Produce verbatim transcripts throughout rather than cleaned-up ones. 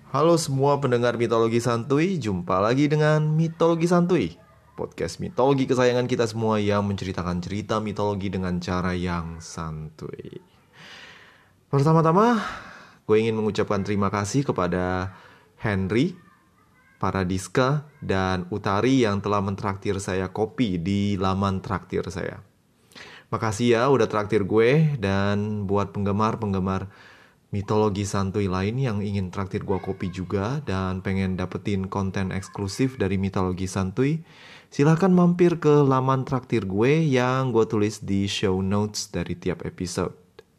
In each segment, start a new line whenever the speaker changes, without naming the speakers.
Halo semua pendengar mitologi santuy, jumpa lagi dengan Mitologi Santuy, podcast mitologi kesayangan kita semua yang menceritakan cerita mitologi dengan cara yang santuy. Pertama-tama, gue ingin mengucapkan terima kasih kepada Henry, Paradiska, dan Utari yang telah mentraktir saya kopi di laman traktir saya. Makasih ya udah traktir gue, dan buat penggemar-penggemar mitologi santuy lain yang ingin traktir gue kopi juga dan pengen dapetin konten eksklusif dari mitologi santuy, silahkan mampir ke laman traktir gue yang gue tulis di show notes dari tiap episode.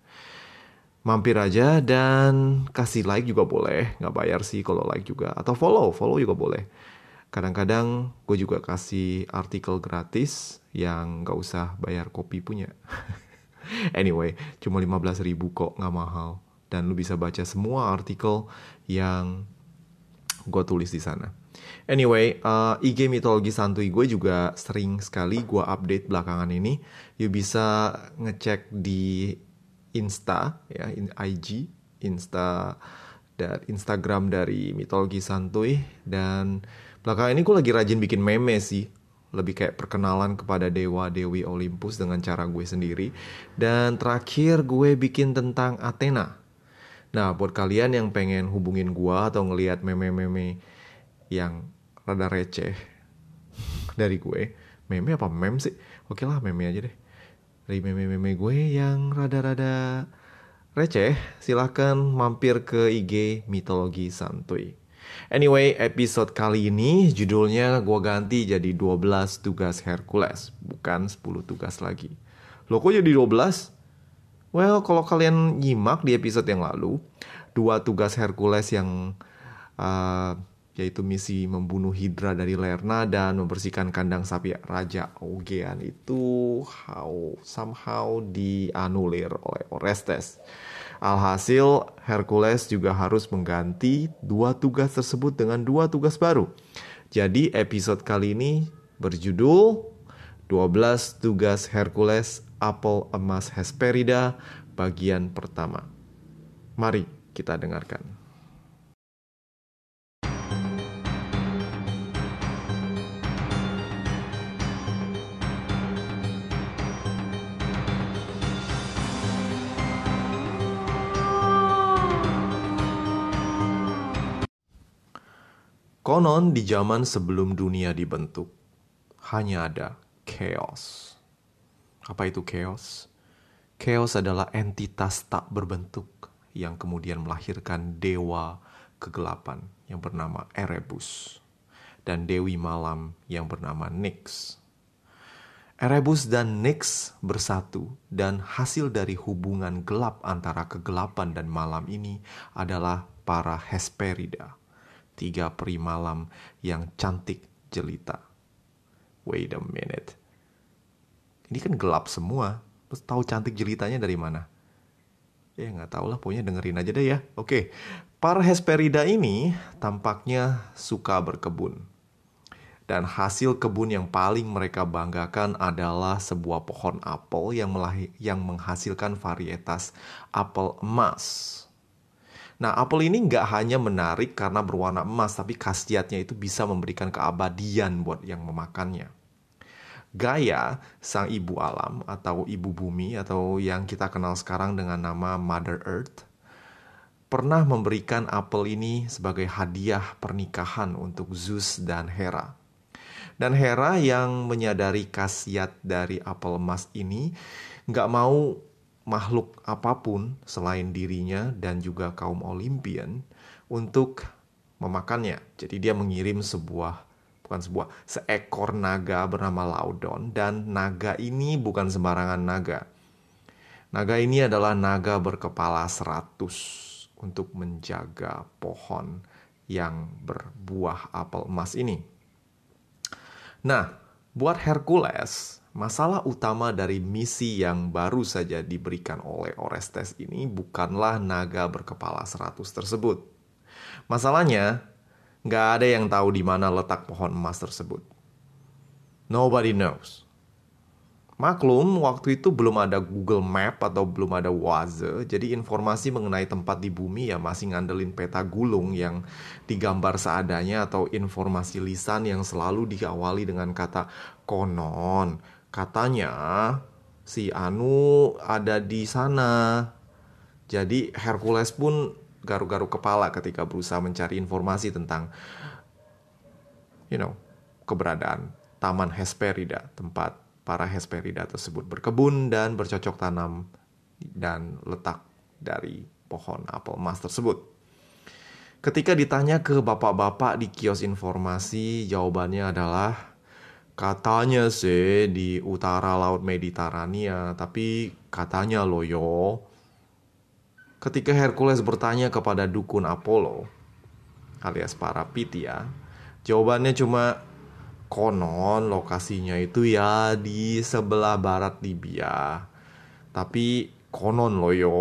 Mampir aja dan kasih like juga boleh, nggak bayar sih kalau like juga, atau follow, follow juga boleh. Kadang-kadang gue juga kasih artikel gratis yang nggak usah bayar kopi punya. Anyway, cuma lima belas ribu kok, nggak mahal. Dan lu bisa baca semua artikel yang gue tulis di sana. Anyway, uh, I G Mitologi Santuy gue juga sering sekali gue update belakangan ini. You bisa ngecek di Insta, ya, I G, Insta dan Instagram dari Mitologi Santuy. Dan belakangan ini gue lagi rajin bikin meme sih. Lebih kayak perkenalan kepada Dewa Dewi Olympus dengan cara gue sendiri. Dan terakhir gue bikin tentang Athena. Nah, buat kalian yang pengen hubungin gue atau ngelihat meme-meme yang rada receh dari gue, meme apa meme sih? Oke lah, meme aja deh. Dari meme-meme gue yang rada-rada receh, silahkan mampir ke I G Mitologi Santuy. Anyway, episode kali ini judulnya gue ganti jadi dua belas tugas Hercules, bukan sepuluh tugas lagi. Loh kok jadi dua belas? Well, kalau kalian nyimak di episode yang lalu, dua tugas Hercules yang uh, yaitu misi membunuh Hydra dari Lerna dan membersihkan kandang sapi Raja Augean itu how, somehow dianulir oleh Orestes. Alhasil, Hercules juga harus mengganti dua tugas tersebut dengan dua tugas baru. Jadi episode kali ini berjudul dua belas tugas Hercules Apel Emas Hesperida bagian pertama. Mari kita dengarkan. Konon di zaman sebelum dunia dibentuk, hanya ada chaos. Apa itu chaos? Chaos adalah entitas tak berbentuk yang kemudian melahirkan dewa kegelapan yang bernama Erebus dan dewi malam yang bernama Nyx. Erebus dan Nyx bersatu dan hasil dari hubungan gelap antara kegelapan dan malam ini adalah para Hesperida, tiga peri malam yang cantik jelita. Wait a minute. Ini kan gelap semua. Terus tahu cantik jelitanya dari mana? Ya nggak tahu lah, pokoknya dengerin aja deh ya. Oke, para Hesperida ini tampaknya suka berkebun. Dan hasil kebun yang paling mereka banggakan adalah sebuah pohon apel yang, melahi- yang menghasilkan varietas apel emas. Nah, apel ini nggak hanya menarik karena berwarna emas, tapi khasiatnya itu bisa memberikan keabadian buat yang memakannya. Gaia, sang ibu alam atau ibu bumi atau yang kita kenal sekarang dengan nama Mother Earth, pernah memberikan apel ini sebagai hadiah pernikahan untuk Zeus dan Hera. Dan Hera yang menyadari khasiat dari apel emas ini nggak mau makhluk apapun selain dirinya dan juga kaum Olympian untuk memakannya. Jadi dia mengirim sebuah bukan sebuah, seekor naga bernama Laudon. Dan naga ini bukan sembarangan naga. Naga ini adalah naga berkepala seratus untuk menjaga pohon yang berbuah apel emas ini. Nah, buat Hercules, masalah utama dari misi yang baru saja diberikan oleh Orestes ini bukanlah naga berkepala seratus tersebut. Masalahnya, nggak ada yang tahu di mana letak pohon emas tersebut. Nobody knows. Maklum, waktu itu belum ada Google Map atau belum ada Waze, jadi informasi mengenai tempat di bumi ya masih ngandelin peta gulung yang digambar seadanya atau informasi lisan yang selalu diawali dengan kata konon. Katanya si Anu ada di sana. Jadi Hercules pun garuk-garuk kepala ketika berusaha mencari informasi tentang, you know, keberadaan Taman Hesperida, tempat para Hesperida tersebut berkebun dan bercocok tanam dan letak dari pohon apel emas tersebut. Ketika ditanya ke bapak-bapak di kios informasi, jawabannya adalah katanya sih di utara Laut Mediterania, tapi katanya loh yo. Ketika Hercules bertanya kepada dukun Apollo alias para Pythia, jawabannya cuma konon lokasinya itu ya di sebelah barat Libya. Tapi konon loh yo.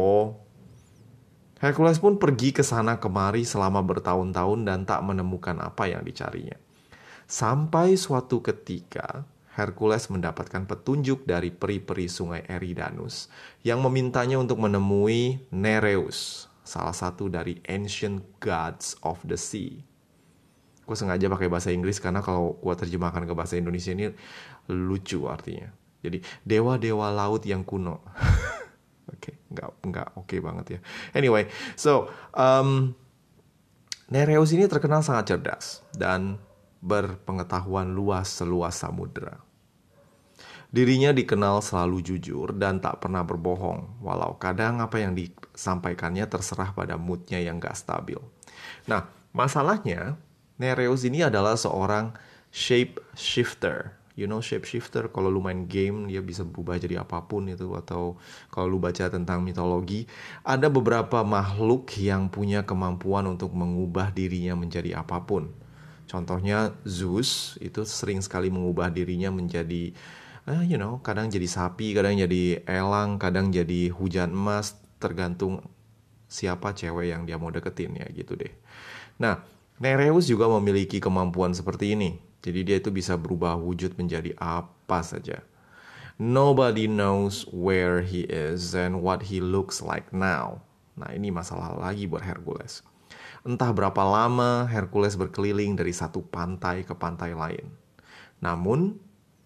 Hercules pun pergi ke sana kemari selama bertahun-tahun dan tak menemukan apa yang dicarinya. Sampai suatu ketika Hercules mendapatkan petunjuk dari peri-peri sungai Eridanus yang memintanya untuk menemui Nereus, salah satu dari ancient gods of the sea. Gue sengaja pakai bahasa Inggris karena kalau gue terjemahkan ke bahasa Indonesia ini lucu artinya. Jadi dewa-dewa laut yang kuno. Oke, okay, nggak nggak oke okay banget ya. Anyway, so um, Nereus ini terkenal sangat cerdas dan berpengetahuan luas seluas samudera. Dirinya dikenal selalu jujur dan tak pernah berbohong, walau kadang apa yang disampaikannya terserah pada moodnya yang gak stabil. Nah, masalahnya Nereus ini adalah seorang shape shifter. You know shape shifter, kalau lu main game dia bisa berubah jadi apapun itu, atau kalau lu baca tentang mitologi, ada beberapa makhluk yang punya kemampuan untuk mengubah dirinya menjadi apapun. Contohnya Zeus itu sering sekali mengubah dirinya menjadi Uh, you know, kadang jadi sapi, kadang jadi elang, kadang jadi hujan emas, tergantung siapa cewek yang dia mau deketin ya gitu deh. Nah, Nereus juga memiliki kemampuan seperti ini. Jadi dia itu bisa berubah wujud menjadi apa saja. Nobody knows where he is and what he looks like now. Nah, ini masalah lagi buat Hercules. Entah berapa lama Hercules berkeliling dari satu pantai ke pantai lain. Namun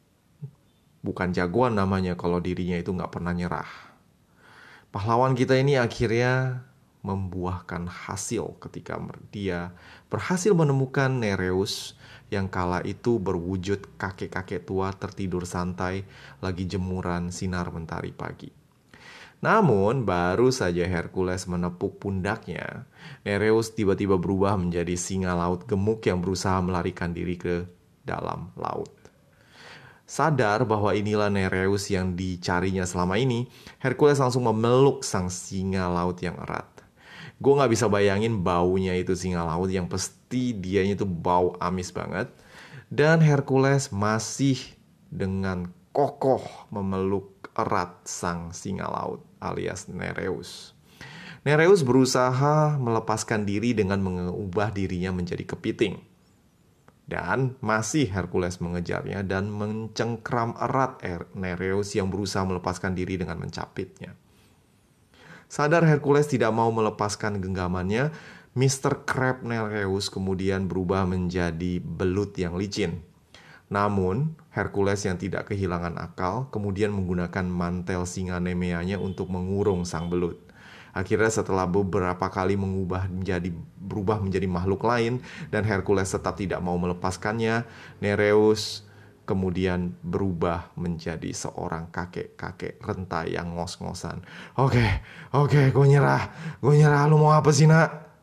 bukan jagoan namanya kalau dirinya itu nggak pernah nyerah. Pahlawan kita ini akhirnya membuahkan hasil ketika dia berhasil menemukan Nereus yang kala itu berwujud kakek-kakek tua tertidur santai lagi jemuran sinar mentari pagi. Namun baru saja Hercules menepuk pundaknya, Nereus tiba-tiba berubah menjadi singa laut gemuk yang berusaha melarikan diri ke dalam laut. Sadar bahwa inilah Nereus yang dicarinya selama ini, Hercules langsung memeluk sang singa laut yang erat. Gue gak bisa bayangin baunya itu singa laut yang pasti dianya itu bau amis banget. Dan Hercules masih dengan kokoh memeluk erat sang singa laut alias Nereus. Nereus berusaha melepaskan diri dengan mengubah dirinya menjadi kepiting. Dan masih Hercules mengejarnya dan mencengkram erat Nereus yang berusaha melepaskan diri dengan mencapitnya. Sadar Hercules tidak mau melepaskan genggamannya, mister Crab Nereus kemudian berubah menjadi belut yang licin. Namun, Hercules yang tidak kehilangan akal kemudian menggunakan mantel singa Nemeanya untuk mengurung sang belut. Akhirnya setelah beberapa kali mengubah menjadi berubah menjadi makhluk lain dan Hercules tetap tidak mau melepaskannya, Nereus kemudian berubah menjadi seorang kakek-kakek renta yang ngos-ngosan. Oke, oke, gue nyerah, gue nyerah. Lu mau apa sih, nak?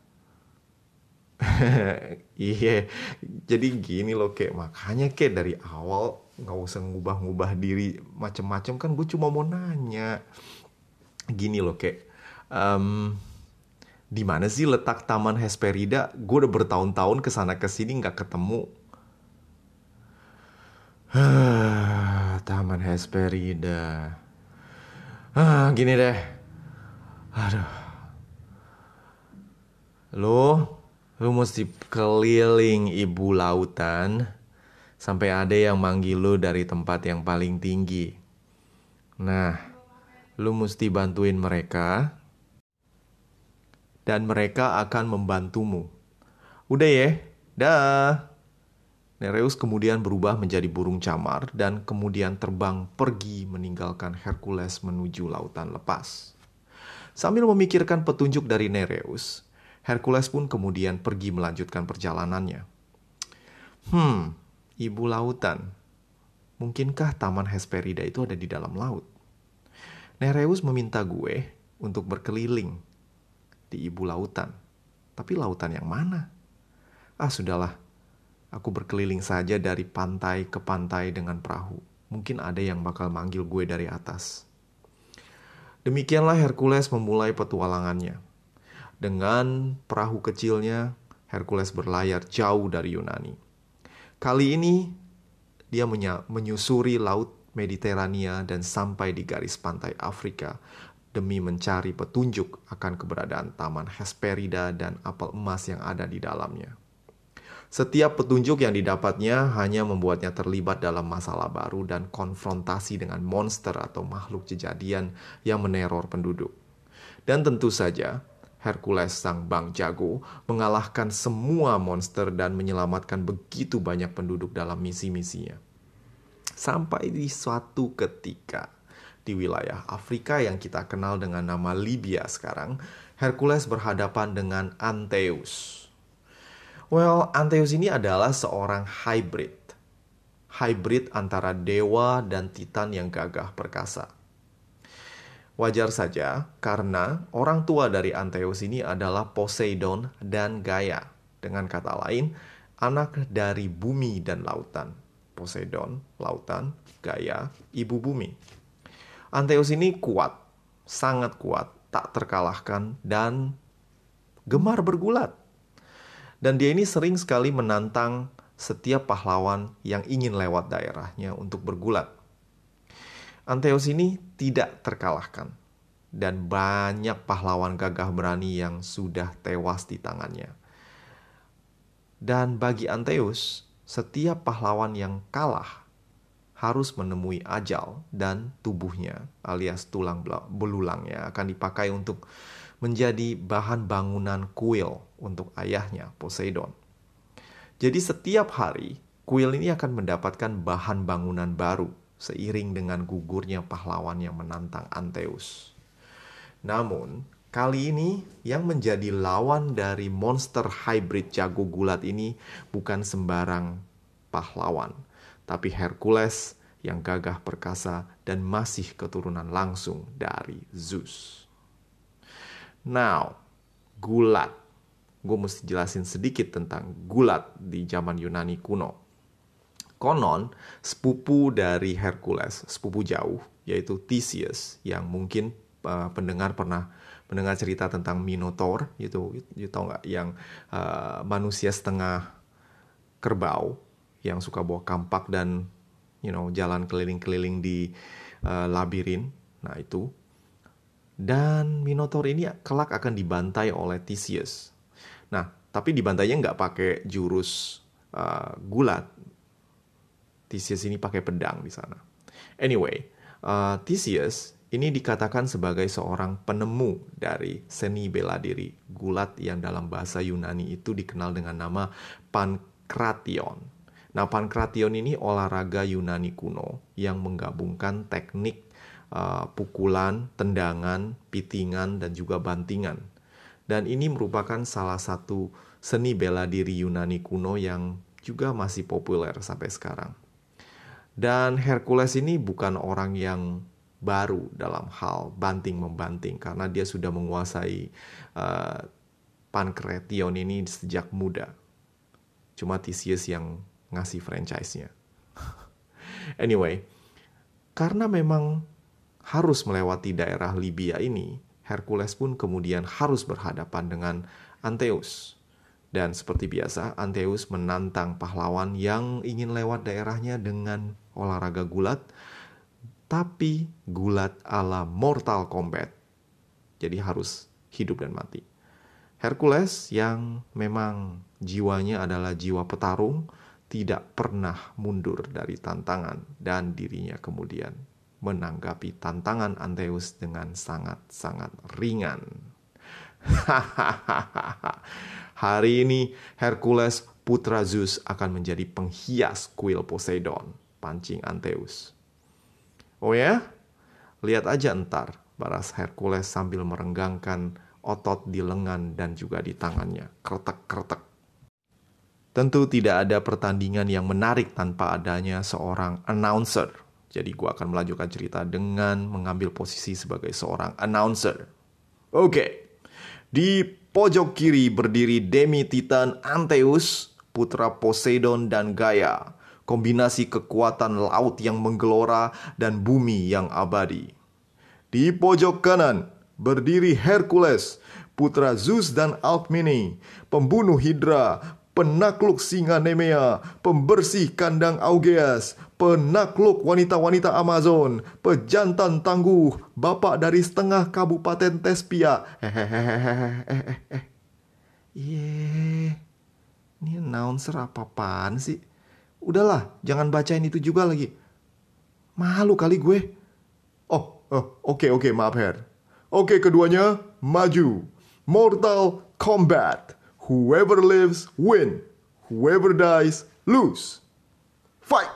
Iya, jadi gini loh, kayak makanya kayak dari awal nggak usah ngubah-ngubah diri macem-macem, kan gue cuma mau nanya. Gini loh, kayak Um, di mana sih letak Taman Hesperida? Gue udah bertahun-tahun kesana kesini nggak ketemu. Taman Hesperida. Ah, gini deh. Aduh. Lo, lo mesti keliling ibu lautan sampai ada yang manggil lo dari tempat yang paling tinggi. Nah, lu mesti bantuin mereka dan mereka akan membantumu. Udah ya, dah. Nereus kemudian berubah menjadi burung camar dan kemudian terbang pergi meninggalkan Hercules menuju lautan lepas. Sambil memikirkan petunjuk dari Nereus, Hercules pun kemudian pergi melanjutkan perjalanannya. Hmm, ibu lautan. Mungkinkah Taman Hesperida itu ada di dalam laut? Nereus meminta gue untuk berkeliling di ibu lautan. Tapi lautan yang mana? Ah, sudahlah. Aku berkeliling saja dari pantai ke pantai dengan perahu. Mungkin ada yang bakal manggil gue dari atas. Demikianlah Hercules memulai petualangannya. Dengan perahu kecilnya, Hercules berlayar jauh dari Yunani. Kali ini, dia menyusuri laut Mediterania dan sampai di garis pantai Afrika demi mencari petunjuk akan keberadaan Taman Hesperida dan apel emas yang ada di dalamnya. Setiap petunjuk yang didapatnya hanya membuatnya terlibat dalam masalah baru dan konfrontasi dengan monster atau makhluk kejadian yang meneror penduduk. Dan tentu saja, Hercules sang bang jago mengalahkan semua monster dan menyelamatkan begitu banyak penduduk dalam misi-misinya. Sampai di suatu ketika, di wilayah Afrika yang kita kenal dengan nama Libya sekarang, Hercules berhadapan dengan Anteus. Well, Anteus ini adalah seorang hybrid. Hybrid antara dewa dan titan yang gagah perkasa. Wajar saja karena orang tua dari Anteus ini adalah Poseidon dan Gaia. Dengan kata lain, anak dari bumi dan lautan. Poseidon, lautan, Gaia, ibu bumi. Anteus ini kuat, sangat kuat, tak terkalahkan, dan gemar bergulat. Dan dia ini sering sekali menantang setiap pahlawan yang ingin lewat daerahnya untuk bergulat. Anteus ini tidak terkalahkan. Dan banyak pahlawan gagah berani yang sudah tewas di tangannya. Dan bagi Anteus, setiap pahlawan yang kalah harus menemui ajal dan tubuhnya alias tulang belulangnya akan dipakai untuk menjadi bahan bangunan kuil untuk ayahnya, Poseidon. Jadi setiap hari, kuil ini akan mendapatkan bahan bangunan baru seiring dengan gugurnya pahlawan yang menantang Anteus. Namun, kali ini yang menjadi lawan dari monster hybrid jago gulat ini bukan sembarang pahlawan, tapi Hercules yang gagah perkasa dan masih keturunan langsung dari Zeus. Now, gulat. Gue mesti jelasin sedikit tentang gulat di zaman Yunani kuno. Konon, sepupu dari Hercules, sepupu jauh, yaitu Theseus, yang mungkin uh, pendengar pernah mendengar cerita tentang Minotaur, gitu, you tahu nggak? Yang uh, manusia setengah kerbau, yang suka bawa kampak dan, you know, jalan keliling-keliling di uh, labirin. Nah, itu. Dan Minotaur ini kelak akan dibantai oleh Theseus. Nah, tapi dibantainya nggak pakai jurus uh, gulat. Theseus ini pakai pedang di sana. Anyway, uh, Theseus ini dikatakan sebagai seorang penemu dari seni bela diri gulat yang dalam bahasa Yunani itu dikenal dengan nama Pankration. Nah, Pankration ini olahraga Yunani kuno yang menggabungkan teknik Uh, pukulan, tendangan, pitingan, dan juga bantingan. Dan ini merupakan salah satu seni bela diri Yunani kuno yang juga masih populer sampai sekarang. Dan Hercules ini bukan orang yang baru dalam hal banting-membanting, karena dia sudah menguasai uh, Pankration ini sejak muda. Cuma Theseus yang ngasih franchise-nya. Anyway, karena memang harus melewati daerah Libya ini, Hercules pun kemudian harus berhadapan dengan Anteus. Dan seperti biasa, Anteus menantang pahlawan yang ingin lewat daerahnya dengan olahraga gulat, tapi gulat ala Mortal Kombat. Jadi harus hidup dan mati. Hercules yang memang jiwanya adalah jiwa petarung, tidak pernah mundur dari tantangan dan dirinya kemudian menanggapi tantangan Anteus dengan sangat-sangat ringan. Hari ini Hercules putra Zeus akan menjadi penghias kuil Poseidon, pancing Anteus. Oh ya? Lihat aja entar, baras Hercules sambil merenggangkan otot di lengan dan juga di tangannya. Kretek-kretek. Tentu tidak ada pertandingan yang menarik tanpa adanya seorang announcer. Jadi gue akan melanjutkan cerita dengan mengambil posisi sebagai seorang announcer. Oke. Di pojok kiri berdiri Demi Titan Anteus, putra Poseidon dan Gaia. Kombinasi kekuatan laut yang menggelora dan bumi yang abadi. Di pojok kanan berdiri Hercules, putra Zeus dan Alkmene, pembunuh Hydra, penakluk singa Nemea, pembersih kandang Augeas, penakluk wanita-wanita Amazon, pejantan tangguh, bapak dari setengah kabupaten Tespia. Hehehehe. Iya, ini announcer apa-apaan sih? Udahlah, jangan bacain itu juga lagi. Malu kali gue. Oh, oh oke, okay, oke, okay, maaf Her. Oke, okay, keduanya maju. Mortal Kombat. Whoever lives, win. Whoever dies, lose. Fight!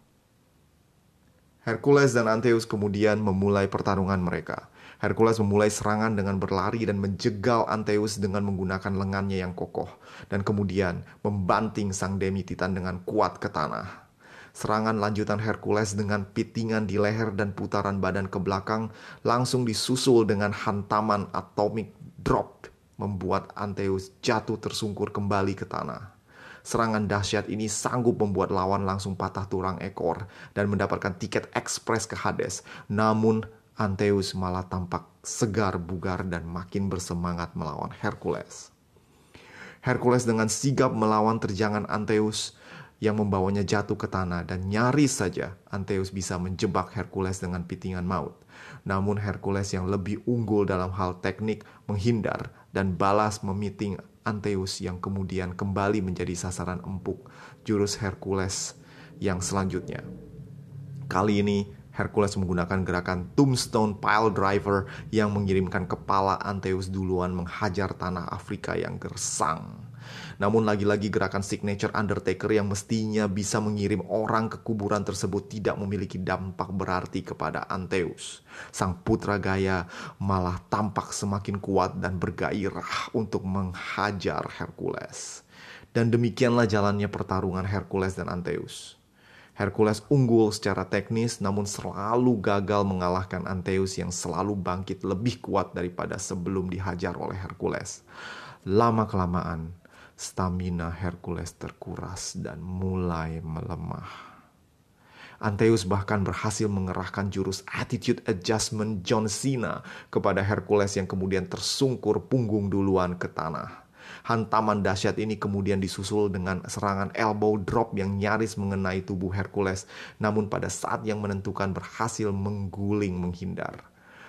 Hercules dan Anteus kemudian memulai pertarungan mereka. Hercules memulai serangan dengan berlari dan menjegal Anteus dengan menggunakan lengannya yang kokoh. Dan kemudian membanting sang Demi Titan dengan kuat ke tanah. Serangan lanjutan Hercules dengan pitingan di leher dan putaran badan ke belakang langsung disusul dengan hantaman atomic drop, membuat Anteus jatuh tersungkur kembali ke tanah. Serangan dahsyat ini sanggup membuat lawan langsung patah tulang ekor dan mendapatkan tiket ekspres ke Hades. Namun Anteus malah tampak segar bugar dan makin bersemangat melawan Hercules. Hercules dengan sigap melawan terjangan Anteus yang membawanya jatuh ke tanah, dan nyaris saja Anteus bisa menjebak Hercules dengan pitingan maut. Namun Hercules yang lebih unggul dalam hal teknik menghindar dan balas memiting Anteus yang kemudian kembali menjadi sasaran empuk jurus Hercules yang selanjutnya. Kali ini Hercules menggunakan gerakan Tombstone Pile Driver yang mengirimkan kepala Anteus duluan menghajar tanah Afrika yang gersang. Namun lagi-lagi gerakan signature Undertaker yang mestinya bisa mengirim orang ke kuburan tersebut tidak memiliki dampak berarti kepada Anteus. Sang putra Gaia malah tampak semakin kuat dan bergairah untuk menghajar Hercules. Dan demikianlah jalannya pertarungan Hercules dan Anteus. Hercules unggul secara teknis namun selalu gagal mengalahkan Anteus yang selalu bangkit lebih kuat daripada sebelum dihajar oleh Hercules. Lama-kelamaan, stamina Hercules terkuras dan mulai melemah. Anteus bahkan berhasil mengerahkan jurus Attitude Adjustment John Cena kepada Hercules yang kemudian tersungkur punggung duluan ke tanah. Hantaman dahsyat ini kemudian disusul dengan serangan elbow drop yang nyaris mengenai tubuh Hercules, namun pada saat yang menentukan berhasil mengguling menghindar.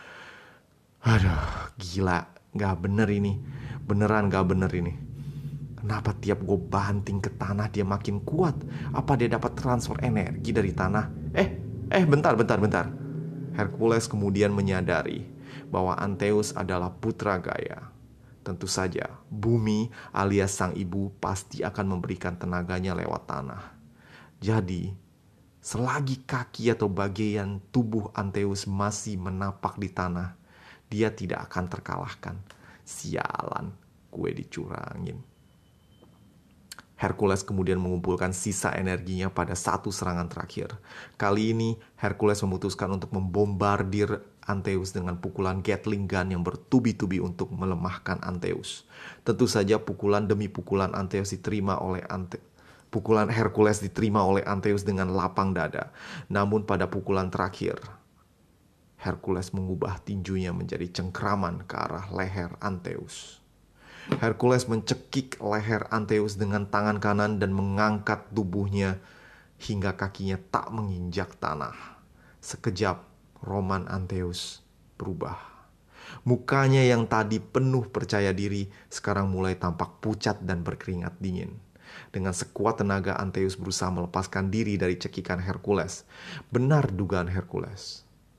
Aduh, gila, gak bener ini. Beneran gak bener ini. Kenapa tiap gue banting ke tanah dia makin kuat? Apa dia dapat transfer energi dari tanah? Eh, eh bentar, bentar, bentar. Hercules kemudian menyadari bahwa Anteus adalah putra Gaia. Tentu saja, bumi alias sang ibu pasti akan memberikan tenaganya lewat tanah. Jadi, selagi kaki atau bagian tubuh Anteus masih menapak di tanah, dia tidak akan terkalahkan. Sialan, gue dicurangin. Hercules kemudian mengumpulkan sisa energinya pada satu serangan terakhir. Kali ini, Hercules memutuskan untuk membombardir Anteus dengan pukulan Gatling gun yang bertubi-tubi untuk melemahkan Anteus. Tentu saja pukulan demi pukulan Anteus diterima oleh Ante pukulan Hercules diterima oleh Anteus dengan lapang dada. Namun pada pukulan terakhir, Hercules mengubah tinjunya menjadi cengkraman ke arah leher Anteus. Hercules mencekik leher Anteus dengan tangan kanan dan mengangkat tubuhnya hingga kakinya tak menginjak tanah. Sekejap, roman Anteus berubah. Mukanya yang tadi penuh percaya diri sekarang mulai tampak pucat dan berkeringat dingin. Dengan sekuat tenaga Anteus berusaha melepaskan diri dari cekikan Hercules. Benar dugaan Hercules.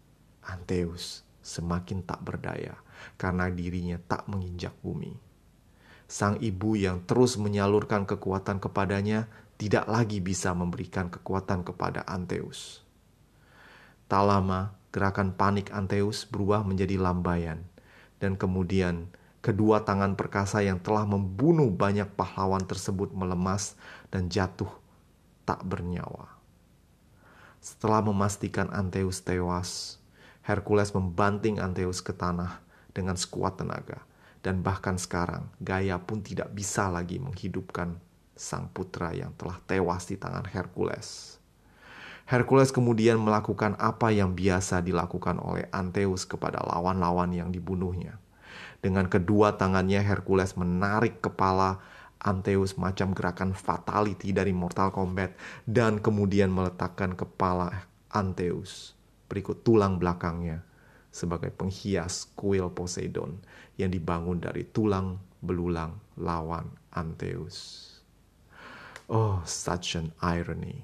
Anteus semakin tak berdaya karena dirinya tak menginjak bumi. Sang ibu yang terus menyalurkan kekuatan kepadanya tidak lagi bisa memberikan kekuatan kepada Anteus. Tak lama, gerakan panik Anteus berubah menjadi lambaian. Dan kemudian, kedua tangan perkasa yang telah membunuh banyak pahlawan tersebut melemas dan jatuh tak bernyawa. Setelah memastikan Anteus tewas, Hercules membanting Anteus ke tanah dengan sekuat tenaga. Dan bahkan sekarang, Gaia pun tidak bisa lagi menghidupkan sang putra yang telah tewas di tangan Hercules. Hercules kemudian melakukan apa yang biasa dilakukan oleh Anteus kepada lawan-lawan yang dibunuhnya. Dengan kedua tangannya Hercules menarik kepala Anteus macam gerakan fatality dari Mortal Kombat dan kemudian meletakkan kepala Anteus berikut tulang belakangnya sebagai penghias kuil Poseidon yang dibangun dari tulang belulang lawan Anteus. Oh, such an irony.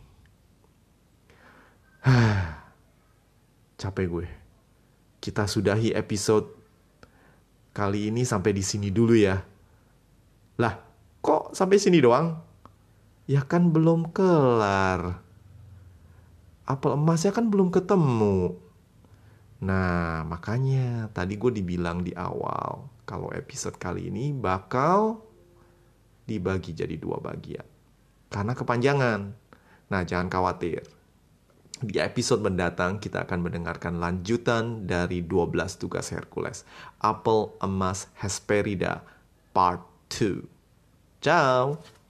Capek gue. Kita sudahi episode kali ini sampai di sini dulu ya. Lah, kok sampai sini doang? Ya kan belum kelar. Apel emasnya kan belum ketemu. Nah, makanya tadi gue dibilang di awal kalau episode kali ini bakal dibagi jadi dua bagian. Karena kepanjangan. Nah, jangan khawatir. Di episode mendatang kita akan mendengarkan lanjutan dari dua belas tugas Hercules. Apel Emas Hesperida Part dua. Ciao!